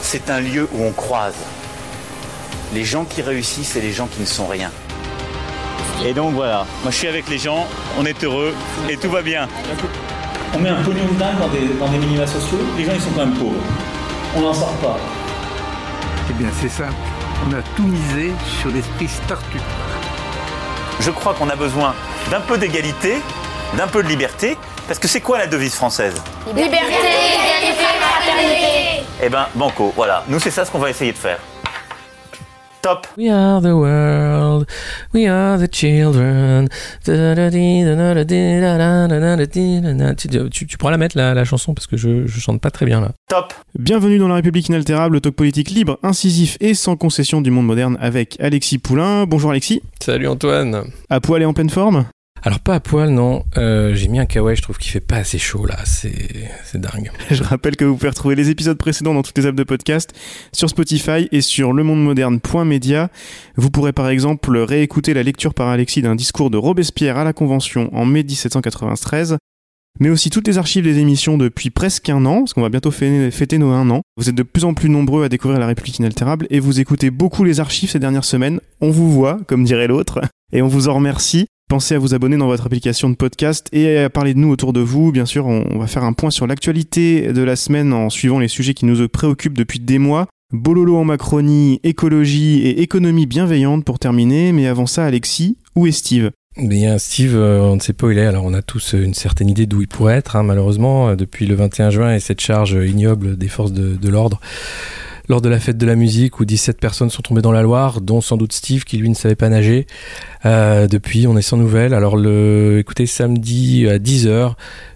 c'est un lieu où on croise les gens qui réussissent et les gens qui ne sont rien. Et donc voilà, moi je suis avec les gens, on est heureux et tout va bien. On met un pognon de dingue dans des minima sociaux, les gens ils sont quand même pauvres. On n'en sort pas. Eh bien c'est simple, on a tout misé sur l'esprit start-up. Je crois qu'on a besoin d'un peu d'égalité, d'un peu de liberté, parce que c'est quoi la devise française ? Liberté, égalité, fraternité. Eh ben, banco, voilà. Nous, c'est ça ce qu'on va essayer de faire. Top. We are the world, we are the children. Tu pourras la mettre, la chanson, parce que je chante pas très bien là. Top. Bienvenue dans La République inaltérable, le talk politique libre, incisif et sans concession du monde moderne avec Alexis Poulain. Bonjour Alexis. Salut Antoine. À poil et en pleine forme ? Alors pas à poil, non. J'ai mis un kawaii, je trouve qu'il fait pas assez chaud là, c'est dingue. Je rappelle que vous pouvez retrouver les épisodes précédents dans toutes les apps de podcast, sur Spotify et sur lemondemoderne.media. Vous pourrez par exemple réécouter la lecture par Alexis d'un discours de Robespierre à la Convention en mai 1793, mais aussi toutes les archives des émissions depuis presque un an, parce qu'on va bientôt fêter nos 1 an. Vous êtes de plus en plus nombreux à découvrir La République inaltérable et vous écoutez beaucoup les archives ces dernières semaines. On vous voit, comme dirait l'autre, et on vous en remercie. Pensez à vous abonner dans votre application de podcast et à parler de nous autour de vous. Bien sûr, on va faire un point sur l'actualité de la semaine en suivant les sujets qui nous préoccupent depuis des mois. Bololo en Macronie, écologie et économie bienveillante pour terminer. Mais avant ça, Alexis, où est Steve ? Bien, Steve, on ne sait pas où il est. Alors, on a tous une certaine idée d'où il pourrait être, malheureusement, depuis le 21 juin et cette charge ignoble des forces de l'ordre. Lors de la fête de la musique où 17 personnes sont tombées dans la Loire, dont sans doute Steve qui lui ne savait pas nager. Depuis, on est sans nouvelles. Alors, écoutez, samedi à 10h,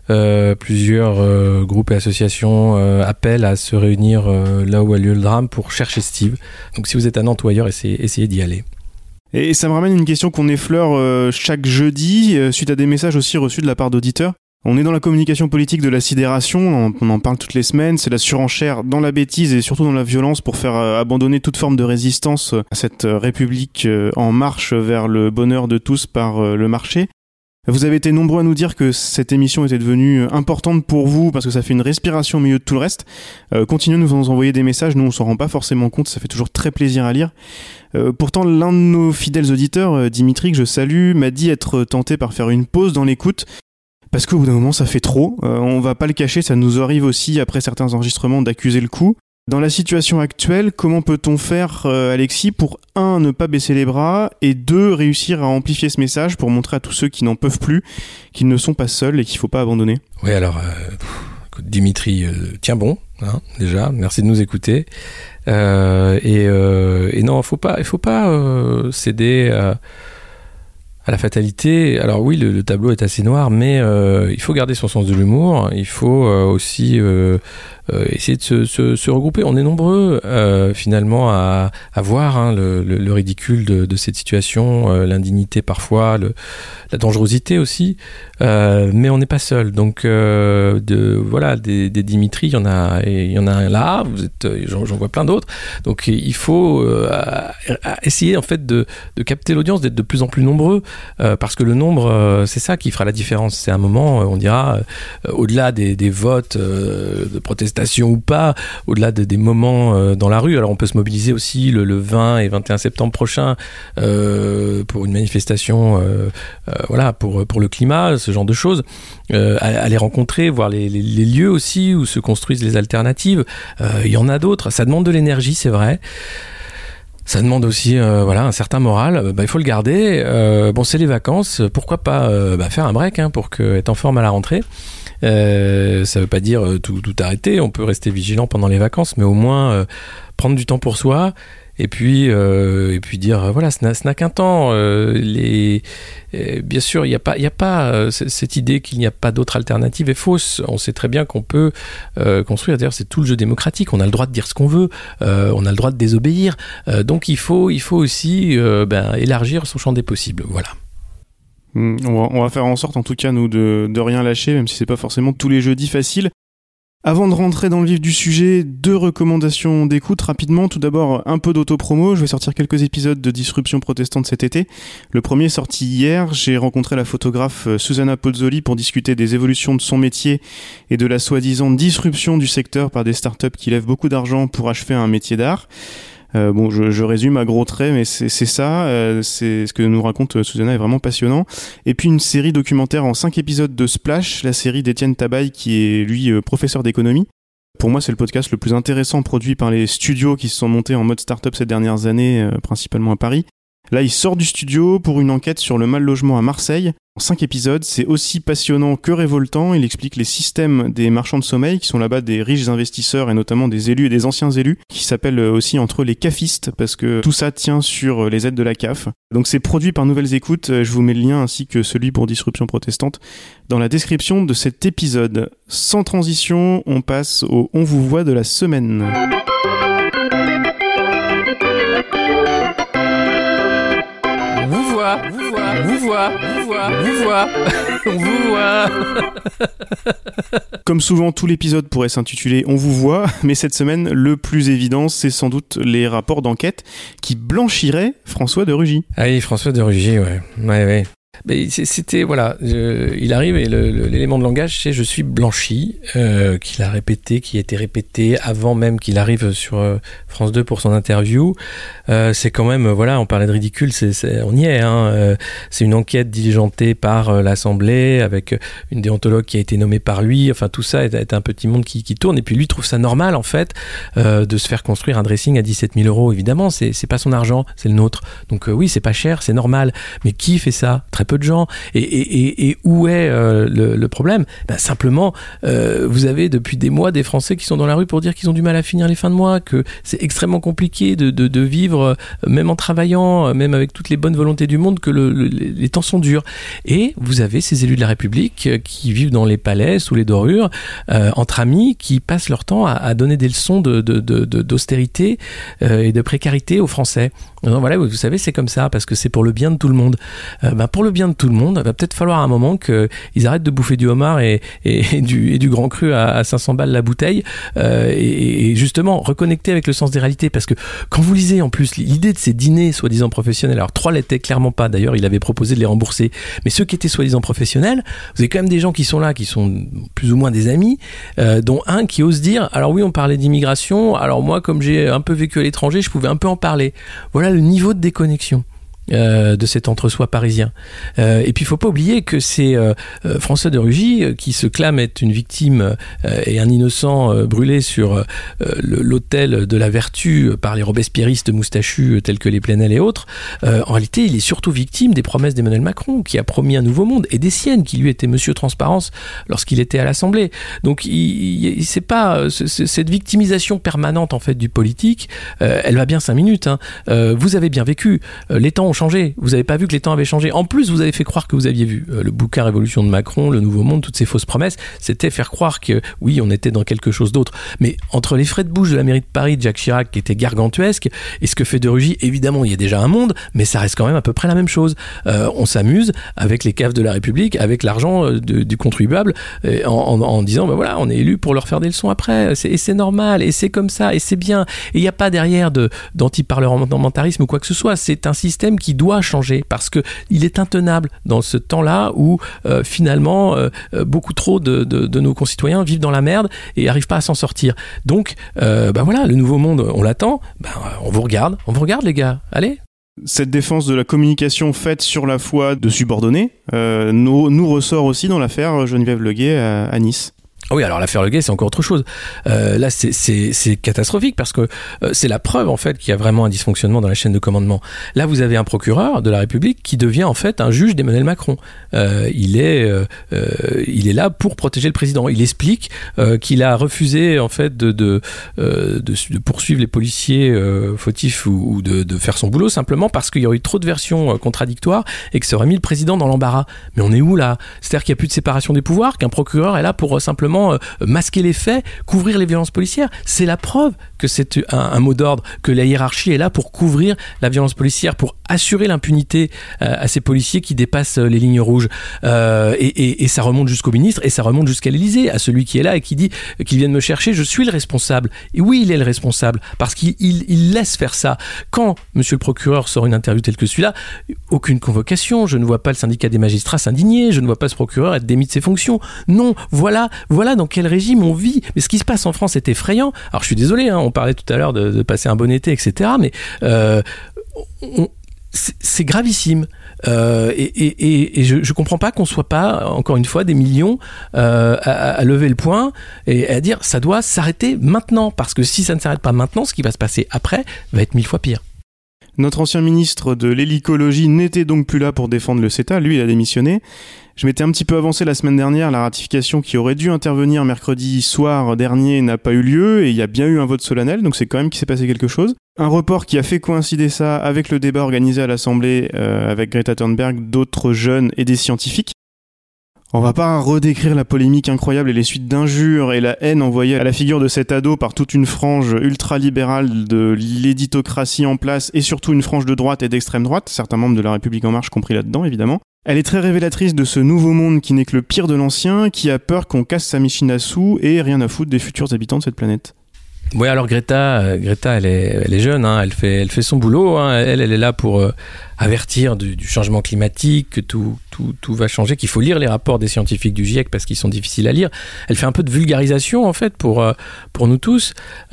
plusieurs groupes et associations appellent à se réunir là où a lieu le drame pour chercher Steve. Donc, si vous êtes à Nantes ou ailleurs, essayez d'y aller. Et ça me ramène une question qu'on effleure chaque jeudi, suite à des messages aussi reçus de la part d'auditeurs. On est dans la communication politique de la sidération, on en parle toutes les semaines, c'est la surenchère dans la bêtise et surtout dans la violence pour faire abandonner toute forme de résistance à cette république en marche vers le bonheur de tous par le marché. Vous avez été nombreux à nous dire que cette émission était devenue importante pour vous parce que ça fait une respiration au milieu de tout le reste. Continuez de nous envoyer des messages, nous on s'en rend pas forcément compte, ça fait toujours très plaisir à lire. Pourtant l'un de nos fidèles auditeurs, Dimitri, que je salue, m'a dit être tenté par faire une pause dans l'écoute. Parce qu'au bout d'un moment, ça fait trop. On va pas le cacher, ça nous arrive aussi, après certains enregistrements, d'accuser le coup. Dans la situation actuelle, comment peut-on faire, Alexis, pour 1, ne pas baisser les bras, et 2, réussir à amplifier ce message pour montrer à tous ceux qui n'en peuvent plus qu'ils ne sont pas seuls et qu'il faut pas abandonner ? Oui, alors, Dimitri, tiens bon, déjà, merci de nous écouter. Et non, il faut pas céder à la fatalité. Alors oui, le tableau est assez noir, mais il faut garder son sens de l'humour. Il faut aussi essayer de se regrouper. On est nombreux finalement à voir le ridicule de cette situation, l'indignité parfois, la dangerosité aussi. Mais on n'est pas seul. Donc des Dimitri, il y en a un là. J'en vois plein d'autres. Donc il faut essayer en fait de capter l'audience, d'être de plus en plus nombreux. Parce que le nombre, c'est ça qui fera la différence. C'est un moment, on dira, au-delà des votes, de protestation ou pas, au-delà des moments dans la rue. Alors on peut se mobiliser aussi le 20 et 21 septembre prochain pour une manifestation, pour le climat, ce genre de choses. Aller rencontrer, voir les lieux aussi où se construisent les alternatives. Il y en a d'autres. Ça demande de l'énergie, c'est vrai. Ça demande aussi un certain moral. Il faut le garder. C'est les vacances. Pourquoi pas faire un break pour être en forme à la rentrée. Ça veut pas dire tout arrêter. On peut rester vigilant pendant les vacances, mais au moins prendre du temps pour soi. Et puis dire voilà, ce n'a qu'un temps. Bien sûr, il y a pas cette idée qu'il n'y a pas d'autre alternative est fausse. On sait très bien qu'on peut construire. D'ailleurs, c'est tout le jeu démocratique. On a le droit de dire ce qu'on veut. On a le droit de désobéir. Donc il faut aussi élargir son champ des possibles. Voilà. On va faire en sorte, en tout cas, nous, de rien lâcher, même si c'est pas forcément tous les jeudis faciles. Avant de rentrer dans le vif du sujet, 2 recommandations d'écoute rapidement. Tout d'abord, un peu d'auto-promo. Je vais sortir quelques épisodes de Disruption protestante cet été. Le premier est sorti hier. J'ai rencontré la photographe Susanna Pozzoli pour discuter des évolutions de son métier et de la soi-disant disruption du secteur par des startups qui lèvent beaucoup d'argent pour achever un métier d'art. Je résume à gros traits, mais c'est ça, c'est ce que nous raconte Susanna est vraiment passionnant. Et puis une série documentaire en 5 épisodes de Splash, la série d'Étienne Tabaille qui est lui professeur d'économie. Pour moi, c'est le podcast le plus intéressant produit par les studios qui se sont montés en mode start-up ces dernières années, principalement à Paris. Là, il sort du studio pour une enquête sur le mal logement à Marseille. En 5 épisodes, c'est aussi passionnant que révoltant. Il explique les systèmes des marchands de sommeil, qui sont là-bas des riches investisseurs et notamment des élus et des anciens élus, qui s'appellent aussi entre eux les cafistes, parce que tout ça tient sur les aides de la CAF. Donc c'est produit par Nouvelles Écoutes. Je vous mets le lien ainsi que celui pour Disruption protestante dans la description de cet épisode. Sans transition, on passe au On vous voit de la semaine. On vous voit. Comme souvent, tout l'épisode pourrait s'intituler On vous voit, mais cette semaine, le plus évident, c'est sans doute les rapports d'enquête qui blanchiraient François de Rugy. Ah oui, François de Rugy, ouais. Mais c'était, voilà, il arrive et l'élément de langage, c'est « je suis blanchi », qu'il a répété, qui a été répété avant même qu'il arrive sur France 2 pour son interview. C'est quand même, voilà, on parlait de ridicule, on y est, hein. C'est une enquête diligentée par l'Assemblée, avec une déontologue qui a été nommée par lui. Enfin, tout ça est un petit monde qui tourne. Et puis lui trouve ça normal, en fait, de se faire construire un dressing à 17 000 €. Évidemment, c'est pas son argent, c'est le nôtre. Donc oui, c'est pas cher, c'est normal. Mais qui fait ça ? Très peu de gens. Et où est le problème ? Simplement, vous avez depuis des mois des Français qui sont dans la rue pour dire qu'ils ont du mal à finir les fins de mois, que c'est extrêmement compliqué de vivre, même en travaillant, même avec toutes les bonnes volontés du monde, que les temps sont durs. Et vous avez ces élus de la République qui vivent dans les palais, sous les dorures, entre amis, qui passent leur temps à donner des leçons d'austérité et de précarité aux Français. Donc voilà, vous savez, c'est comme ça, parce que c'est pour le bien de tout le monde. Pour le bien de tout le monde, il va peut-être falloir à un moment qu'ils arrêtent de bouffer du homard et du grand cru à 500 balles la bouteille, et justement reconnecter avec le sens des réalités, parce que quand vous lisez en plus l'idée de ces dîners soi-disant professionnels, alors 3 l'étaient clairement pas, d'ailleurs il avait proposé de les rembourser, mais ceux qui étaient soi-disant professionnels, vous avez quand même des gens qui sont là, qui sont plus ou moins des amis, dont un qui ose dire, alors oui, on parlait d'immigration, alors moi comme j'ai un peu vécu à l'étranger, je pouvais un peu en parler. Voilà le niveau de déconnexion de cet entre-soi parisien. Et puis il faut pas oublier que c'est François de Rugy qui se clame être une victime et un innocent brûlé sur l'autel de la vertu par les robespierristes moustachus tels que les Plenel et autres. En réalité, il est surtout victime des promesses d'Emmanuel Macron, qui a promis un nouveau monde, et des siennes, qui lui était Monsieur Transparence lorsqu'il était à l'Assemblée. Donc c'est pas cette victimisation permanente en fait du politique, elle va bien 5 minutes. Hein. Vous avez bien vécu, les temps ont changé. Vous n'avez pas vu que les temps avaient changé. En plus, vous avez fait croire que vous aviez vu le bouquin Révolution de Macron, le Nouveau Monde, toutes ces fausses promesses. C'était faire croire que oui, on était dans quelque chose d'autre. Mais entre les frais de bouche de la mairie de Paris de Jacques Chirac, qui était gargantuesque, et ce que fait de Rugy, évidemment, il y a déjà un monde, mais ça reste quand même à peu près la même chose. On s'amuse avec les caves de la République, avec l'argent du contribuable, en disant, voilà, on est élu pour leur faire des leçons après. Et c'est normal, et c'est comme ça, et c'est bien. Et il n'y a pas derrière d'anti-parlementarisme ou quoi que ce soit. C'est un système qui doit changer, parce que il est intenable dans ce temps-là où finalement beaucoup trop de nos concitoyens vivent dans la merde et n'arrivent pas à s'en sortir. Donc voilà, le nouveau monde, on l'attend. On vous regarde les gars, allez. Cette défense de la communication faite sur la foi de subordonnés nous ressort aussi dans l'affaire Geneviève Leguet à Nice. Oui, alors l'affaire Leguet, c'est encore autre chose. Là, c'est catastrophique, parce que c'est la preuve, en fait, qu'il y a vraiment un dysfonctionnement dans la chaîne de commandement. Là, vous avez un procureur de la République qui devient, en fait, un juge d'Emmanuel Macron. Il est là pour protéger le président. Il explique qu'il a refusé, en fait, de poursuivre les policiers fautifs ou de faire son boulot, simplement parce qu'il y aurait eu trop de versions contradictoires et que ça aurait mis le président dans l'embarras. Mais on est où, là ? C'est-à-dire qu'il n'y a plus de séparation des pouvoirs, qu'un procureur est là pour simplement simplement masquer les faits, couvrir les violences policières. C'est la preuve que c'est un mot d'ordre, que la hiérarchie est là pour couvrir la violence policière, pour assurer l'impunité à ces policiers qui dépassent les lignes rouges. Et ça remonte jusqu'au ministre, et ça remonte jusqu'à l'Élysée, à celui qui est là et qui dit qu'il vient de me chercher, je suis le responsable. Et oui, il est le responsable, parce qu'il laisse faire ça. Quand monsieur le procureur sort une interview telle que celui-là, aucune convocation, je ne vois pas le syndicat des magistrats s'indigner, je ne vois pas ce procureur être démis de ses fonctions. Non, voilà dans quel régime on vit. Mais ce qui se passe en France est effrayant. Alors je suis désolé, on parlait tout à l'heure de passer un bon été, etc. Mais c'est gravissime. Et je comprends pas qu'on soit pas, encore une fois, des millions à lever le poing et à dire ça doit s'arrêter maintenant, parce que si ça ne s'arrête pas maintenant, ce qui va se passer après va être 1000 fois pire. Notre ancien ministre de l'hélicologie n'était donc plus là pour défendre le CETA, lui il a démissionné. Je m'étais un petit peu avancé la semaine dernière, la ratification qui aurait dû intervenir mercredi soir dernier n'a pas eu lieu, et il y a bien eu un vote solennel, donc c'est quand même qu'il s'est passé quelque chose. Un report qui a fait coïncider ça avec le débat organisé à l'Assemblée avec Greta Thunberg, d'autres jeunes et des scientifiques. On va pas redécrire la polémique incroyable et les suites d'injures et la haine envoyée à la figure de cet ado par toute une frange ultra-libérale de l'éditocratie en place, et surtout une frange de droite et d'extrême droite, certains membres de La République En Marche compris là-dedans évidemment. Elle est très révélatrice de ce nouveau monde qui n'est que le pire de l'ancien, qui a peur qu'on casse sa machine à sous et rien à foutre des futurs habitants de cette planète. Oui, alors Greta, elle est jeune, elle fait son boulot, elle est là pour avertir du changement climatique, que tout va changer, qu'il faut lire les rapports des scientifiques du GIEC parce qu'ils sont difficiles à lire. Elle fait un peu de vulgarisation en fait pour nous tous,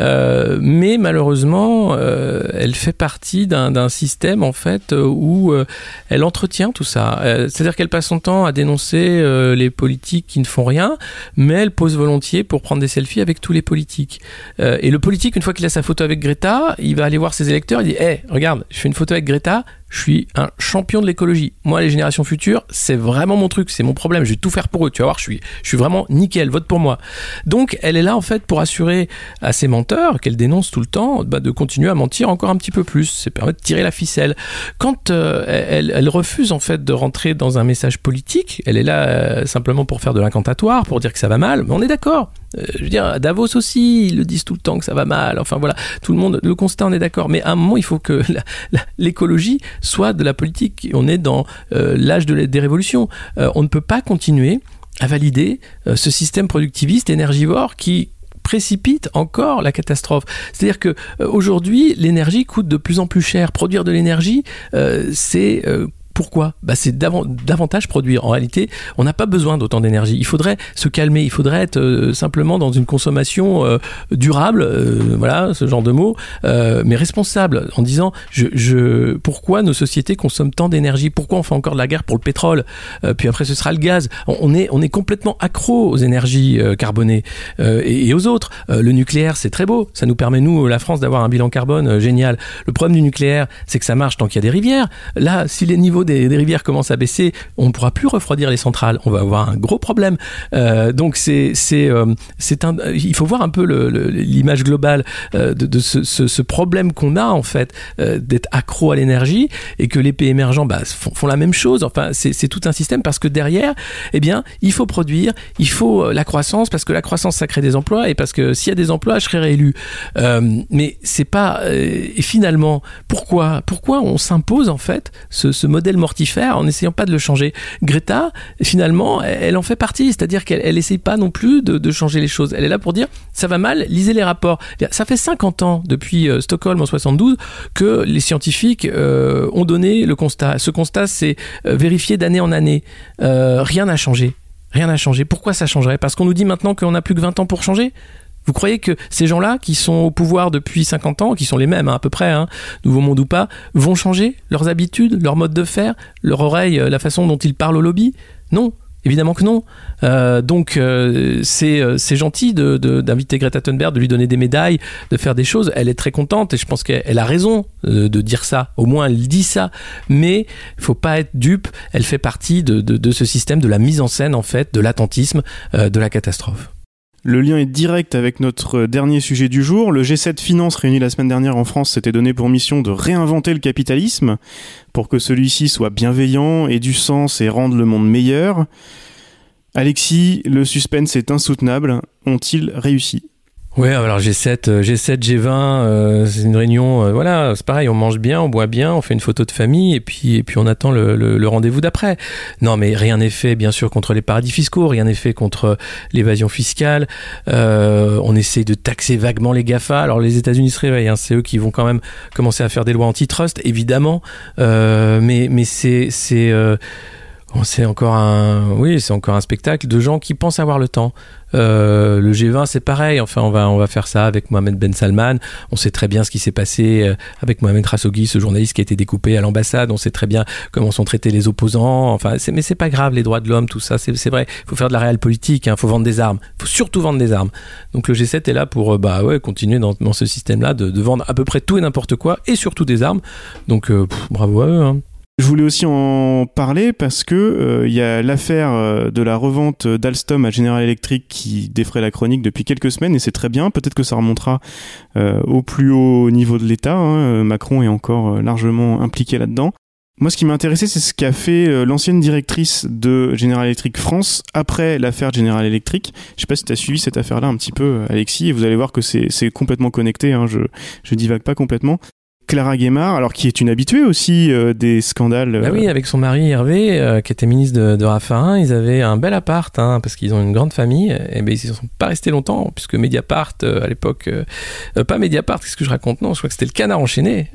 mais malheureusement, elle fait partie d'un système en fait où elle entretient tout ça. C'est-à-dire qu'elle passe son temps à dénoncer les politiques qui ne font rien, mais elle pose volontiers pour prendre des selfies avec tous les politiques. Et le politique, une fois qu'il a sa photo avec Greta, il va aller voir ses électeurs, il dit « regarde, je fais une photo avec Greta, je suis un champion de l'écologie. Moi, les générations futures, c'est vraiment mon truc, c'est mon problème. Je vais tout faire pour eux. Tu vas voir, je suis vraiment nickel. Vote pour moi. » Donc, elle est là en fait pour assurer à ces menteurs qu'elle dénonce tout le temps, de continuer à mentir encore un petit peu plus. Ça permet de tirer la ficelle. Quand elle refuse en fait de rentrer dans un message politique, elle est là simplement pour faire de l'incantatoire, pour dire que ça va mal. Mais on est d'accord. Je veux dire, à Davos aussi, ils le disent tout le temps que ça va mal. Enfin voilà, tout le monde, le constat, on est d'accord. Mais à un moment, il faut que l'écologie soit de la politique. On est dans l'âge des révolutions. On ne peut pas continuer à valider ce système productiviste énergivore qui précipite encore la catastrophe. C'est-à-dire que aujourd'hui, l'énergie coûte de plus en plus cher. Produire de l'énergie, c'est pourquoi ? C'est davantage produire. En réalité, on n'a pas besoin d'autant d'énergie. Il faudrait se calmer. Il faudrait être simplement dans une consommation durable, voilà, ce genre de mots, mais responsable, en disant pourquoi nos sociétés consomment tant d'énergie ? Pourquoi on fait encore de la guerre pour le pétrole ? Puis après, ce sera le gaz. On est complètement accro aux énergies carbonées et aux autres. Le nucléaire, c'est très beau. Ça nous permet, nous, la France, d'avoir un bilan carbone génial. Le problème du nucléaire, c'est que ça marche tant qu'il y a des rivières. Là, si les niveaux des rivières commencent à baisser, on ne pourra plus refroidir les centrales. On va avoir un gros problème. Donc il faut voir un peu l'image globale de ce problème qu'on a en fait d'être accro à l'énergie, et que les pays émergents font la même chose. Enfin, c'est tout un système, parce que derrière, il faut produire, il faut la croissance, parce que la croissance ça crée des emplois, et parce que s'il y a des emplois, je serai réélu. Mais c'est pas. Et finalement, pourquoi on s'impose en fait ce modèle mortifère en n'essayant pas de le changer? Greta, finalement, elle en fait partie, c'est-à-dire qu'elle n'essaye pas non plus de changer les choses. Elle est là pour dire ça va mal, lisez les rapports. Ça fait 50 ans depuis Stockholm en 72 que les scientifiques ont donné le constat. Ce constat, c'est vérifié d'année en année. Rien n'a changé. Rien n'a changé. Pourquoi ça changerait? Parce qu'on nous dit maintenant qu'on n'a plus que 20 ans pour changer? Vous croyez que ces gens-là, qui sont au pouvoir depuis 50 ans, qui sont les mêmes à peu près, nouveau monde ou pas, vont changer leurs habitudes, leur mode de faire, leur oreille, la façon dont ils parlent au lobby? Non, évidemment que non. Donc c'est gentil d'inviter Greta Thunberg, de lui donner des médailles, de faire des choses. Elle est très contente, et je pense qu'elle a raison de dire ça. Au moins, elle dit ça. Mais il faut pas être dupe. Elle fait partie de ce système de la mise en scène, en fait, de l'attentisme, de la catastrophe. Le lien est direct avec notre dernier sujet du jour. Le G7 Finance réuni la semaine dernière en France s'était donné pour mission de réinventer le capitalisme pour que celui-ci soit bienveillant, ait du sens et rende le monde meilleur. Alexis, le suspense est insoutenable. Ont-ils réussi ? Ouais, alors G7, G20, c'est une réunion, voilà, c'est pareil, on mange bien, on boit bien, on fait une photo de famille et puis on attend le rendez-vous d'après. Non, mais rien n'est fait, bien sûr, contre les paradis fiscaux, rien n'est fait contre l'évasion fiscale. On essaie de taxer vaguement les GAFA. Alors les États-Unis se réveillent, hein, c'est eux qui vont quand même commencer à faire des lois antitrust, évidemment, mais c'est encore un spectacle de gens qui pensent avoir le temps. Le G20 c'est pareil, enfin on va faire ça avec Mohamed Ben Salman. On sait très bien ce qui s'est passé avec Mohamed Khashoggi, ce journaliste qui a été découpé à l'ambassade. On sait très bien comment sont traités les opposants. Enfin mais c'est pas grave, les droits de l'homme, tout ça, c'est vrai. Il faut faire de la réelle politique, hein, faut vendre des armes, faut surtout vendre des armes. Donc le G7 est là pour continuer dans ce système-là de vendre à peu près tout et n'importe quoi et surtout des armes. Donc bravo à eux, hein. Je voulais aussi en parler parce que y a l'affaire de la revente d'Alstom à General Electric qui défraie la chronique depuis quelques semaines et c'est très bien. Peut-être que ça remontera au plus haut niveau de l'État, hein. Macron est encore largement impliqué là-dedans. Moi, ce qui m'a intéressé, c'est ce qu'a fait l'ancienne directrice de General Electric France après l'affaire General Electric. Je sais pas si tu as suivi cette affaire-là un petit peu, Alexis, et vous allez voir que c'est complètement connecté, hein. Je divague pas complètement. Clara Guémard, alors qui est une habituée aussi des scandales. Bah oui, avec son mari Hervé, qui était ministre de Raffarin, ils avaient un bel appart, hein, parce qu'ils ont une grande famille. Et ben ils ne sont pas restés longtemps, puisque Mediapart à l'époque, pas Mediapart, qu'est-ce que je raconte ? Non, je crois que c'était le Canard enchaîné,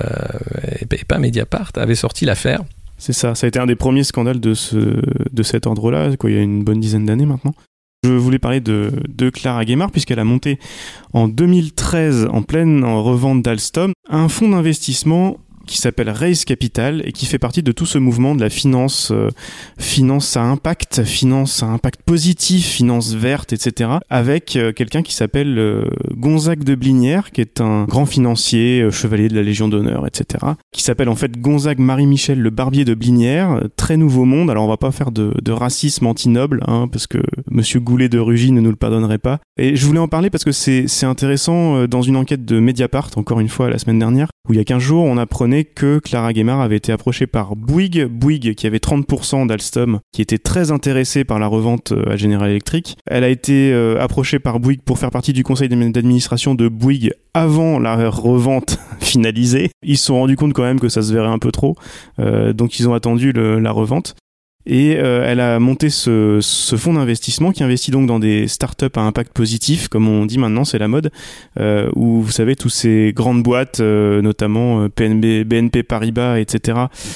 et pas Mediapart, avait sorti l'affaire. C'est ça a été un des premiers scandales de cet ordre-là, il y a une bonne dizaine d'années maintenant. Je voulais parler de Clara Guémard puisqu'elle a monté en 2013, en pleine revente d'Alstom, un fonds d'investissement qui s'appelle Raise Capital et qui fait partie de tout ce mouvement de la finance à impact positif, finance verte, etc. avec quelqu'un qui s'appelle Gonzague de Blinière, qui est un grand financier, chevalier de la Légion d'honneur, etc. qui s'appelle en fait Gonzague Marie-Michel Le Barbier de Blinière, très nouveau monde. Alors on va pas faire de racisme anti-noble, hein, parce que Monsieur Goulet de Rugy ne nous le pardonnerait pas. Et je voulais en parler parce que c'est intéressant dans une enquête de Mediapart, encore une fois la semaine dernière, où il y a 15 jours, on apprenait que Clara Guémard avait été approchée par Bouygues qui avait 30% d'Alstom, qui était très intéressé par la revente à General Electric. Elle a été approchée par Bouygues pour faire partie du conseil d'administration de Bouygues avant la revente finalisée. Ils se sont rendus compte quand même que ça se verrait un peu trop, donc ils ont attendu la revente. Et elle a monté ce fonds d'investissement qui investit donc dans des startups à impact positif, comme on dit maintenant, c'est la mode, où vous savez, toutes ces grandes boîtes, notamment BNP Paribas, etc.,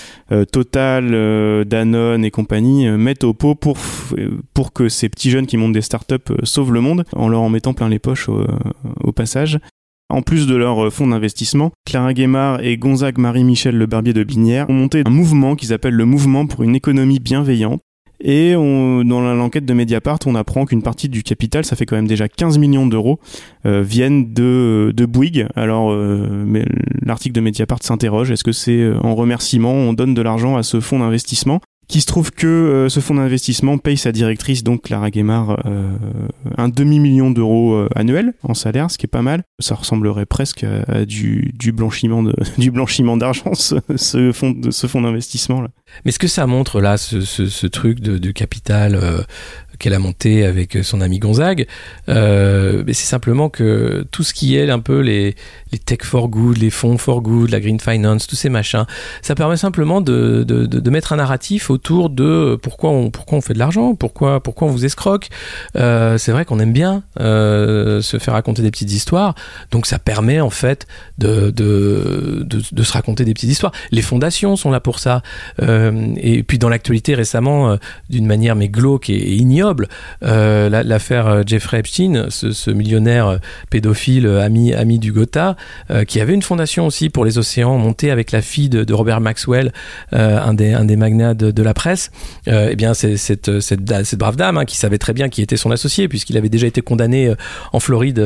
Total, Danone et compagnie, mettent au pot pour que ces petits jeunes qui montent des startups sauvent le monde, en leur en mettant plein les poches au passage. En plus de leur fonds d'investissement, Clara Guémard et Gonzague Marie-Michel Le Barbier de Blinière ont monté un mouvement qui s'appelle le Mouvement pour une économie bienveillante. Et dans l'enquête de Mediapart, on apprend qu'une partie du capital, ça fait quand même déjà 15 millions d'euros, viennent de Bouygues. Alors, mais l'article de Mediapart s'interroge, est-ce que c'est en remerciement, on donne de l'argent à ce fonds d'investissement ? Qui se trouve que ce fonds d'investissement paye sa directrice, donc Clara Guémard, un demi-million d'euros annuel en salaire, ce qui est pas mal. Ça ressemblerait presque à du blanchiment d'argent, ce fonds d'investissement là. Mais ce que ça montre là, ce truc de capital qu'elle a monté avec son ami Gonzague, c'est simplement que tout ce qui est un peu les tech for good, les fonds for good, la green finance, tous ces machins, ça permet simplement de mettre un narratif autour de pourquoi on fait de l'argent, pourquoi on vous escroque. C'est vrai qu'on aime bien se faire raconter des petites histoires, donc ça permet en fait de se raconter des petites histoires. Les fondations sont là pour ça, et puis dans l'actualité récemment, d'une manière mais glauque et ignoble, l'affaire Jeffrey Epstein, ce millionnaire pédophile ami du Gotha, qui avait une fondation aussi pour les océans, montée avec la fille de Robert Maxwell, un des magnats de la presse. Eh bien c'est cette brave dame, hein, qui savait très bien qui était son associé, puisqu'il avait déjà été condamné en Floride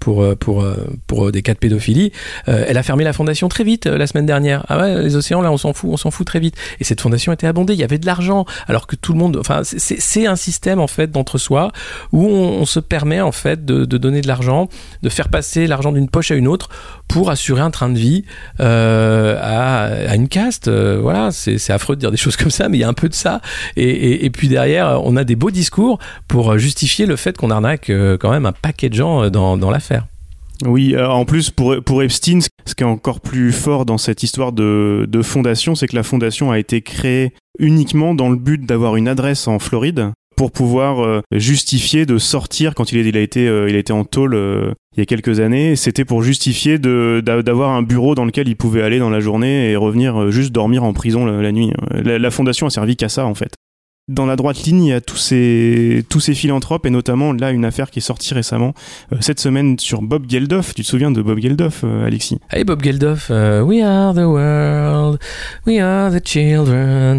pour des cas de pédophilie. Elle a fermé la fondation très vite la semaine dernière. Ah ouais, les océans là, on s'en fout très vite. Et cette fondation était abondée, il y avait de l'argent, alors que tout le monde, enfin c'est un système en fait fait d'entre-soi où on se permet en fait de donner de l'argent, de faire passer l'argent d'une poche à une autre pour assurer un train de vie à une caste. Voilà, c'est affreux de dire des choses comme ça, mais il y a un peu de ça. Et puis derrière, on a des beaux discours pour justifier le fait qu'on arnaque quand même un paquet de gens dans l'affaire. Oui, en plus pour Epstein, ce qui est encore plus fort dans cette histoire de fondation, c'est que la fondation a été créée uniquement dans le but d'avoir une adresse en Floride pour pouvoir justifier de sortir quand il a été en tôle il y a quelques années. C'était pour justifier d'avoir un bureau dans lequel il pouvait aller dans la journée et revenir juste dormir en prison la nuit. La fondation a servi qu'à ça en fait. Dans la droite ligne, il y a tous ces philanthropes et notamment là une affaire qui est sortie récemment cette semaine sur Bob Geldof. Tu te souviens de Bob Geldof, Alexis? Hey Bob Geldof, we are the world, we are the children.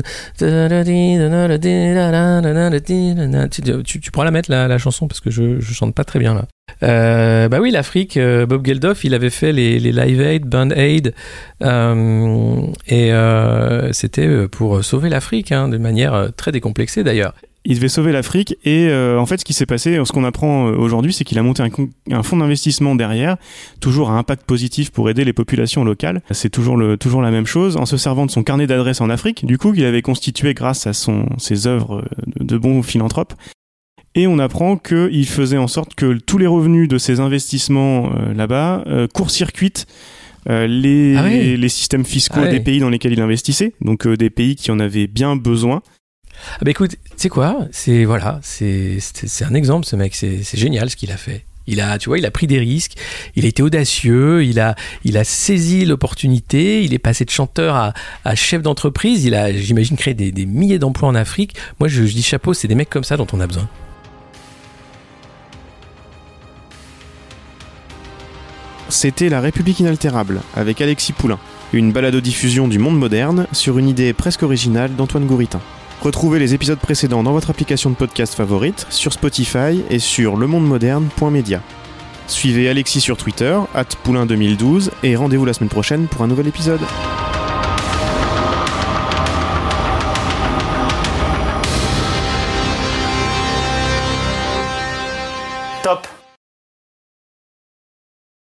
Tu pourras la mettre la chanson parce que je chante pas très bien là. Bah oui, l'Afrique, Bob Geldof, il avait fait les Live Aid, Band Aid, et c'était pour sauver l'Afrique, de manière très décomplexée d'ailleurs. Il devait sauver l'Afrique et en fait ce qui s'est passé, ce qu'on apprend aujourd'hui, c'est qu'il a monté un fonds d'investissement derrière, toujours à impact positif pour aider les populations locales. C'est toujours la même chose, en se servant de son carnet d'adresses en Afrique, du coup qu'il avait constitué grâce à ses œuvres de bons philanthropes. Et on apprend qu'il faisait en sorte que tous les revenus de ses investissements là-bas court-circuitent les systèmes fiscaux des pays dans lesquels il investissait, donc des pays qui en avaient bien besoin. Ah bah écoute, tu sais quoi, c'est un exemple, ce mec, c'est génial ce qu'il a fait. Il a pris des risques, il a été audacieux, il a saisi l'opportunité, il est passé de chanteur à chef d'entreprise, il a, j'imagine, créé des milliers d'emplois en Afrique. Moi je dis chapeau, c'est des mecs comme ça dont on a besoin. C'était La République inaltérable, avec Alexis Poulain, une balado-diffusion du monde moderne sur une idée presque originale d'Antoine Gouritin. Retrouvez les épisodes précédents dans votre application de podcast favorite, sur Spotify et sur lemondemoderne.media. Suivez Alexis sur Twitter, @poulain2012, et rendez-vous la semaine prochaine pour un nouvel épisode.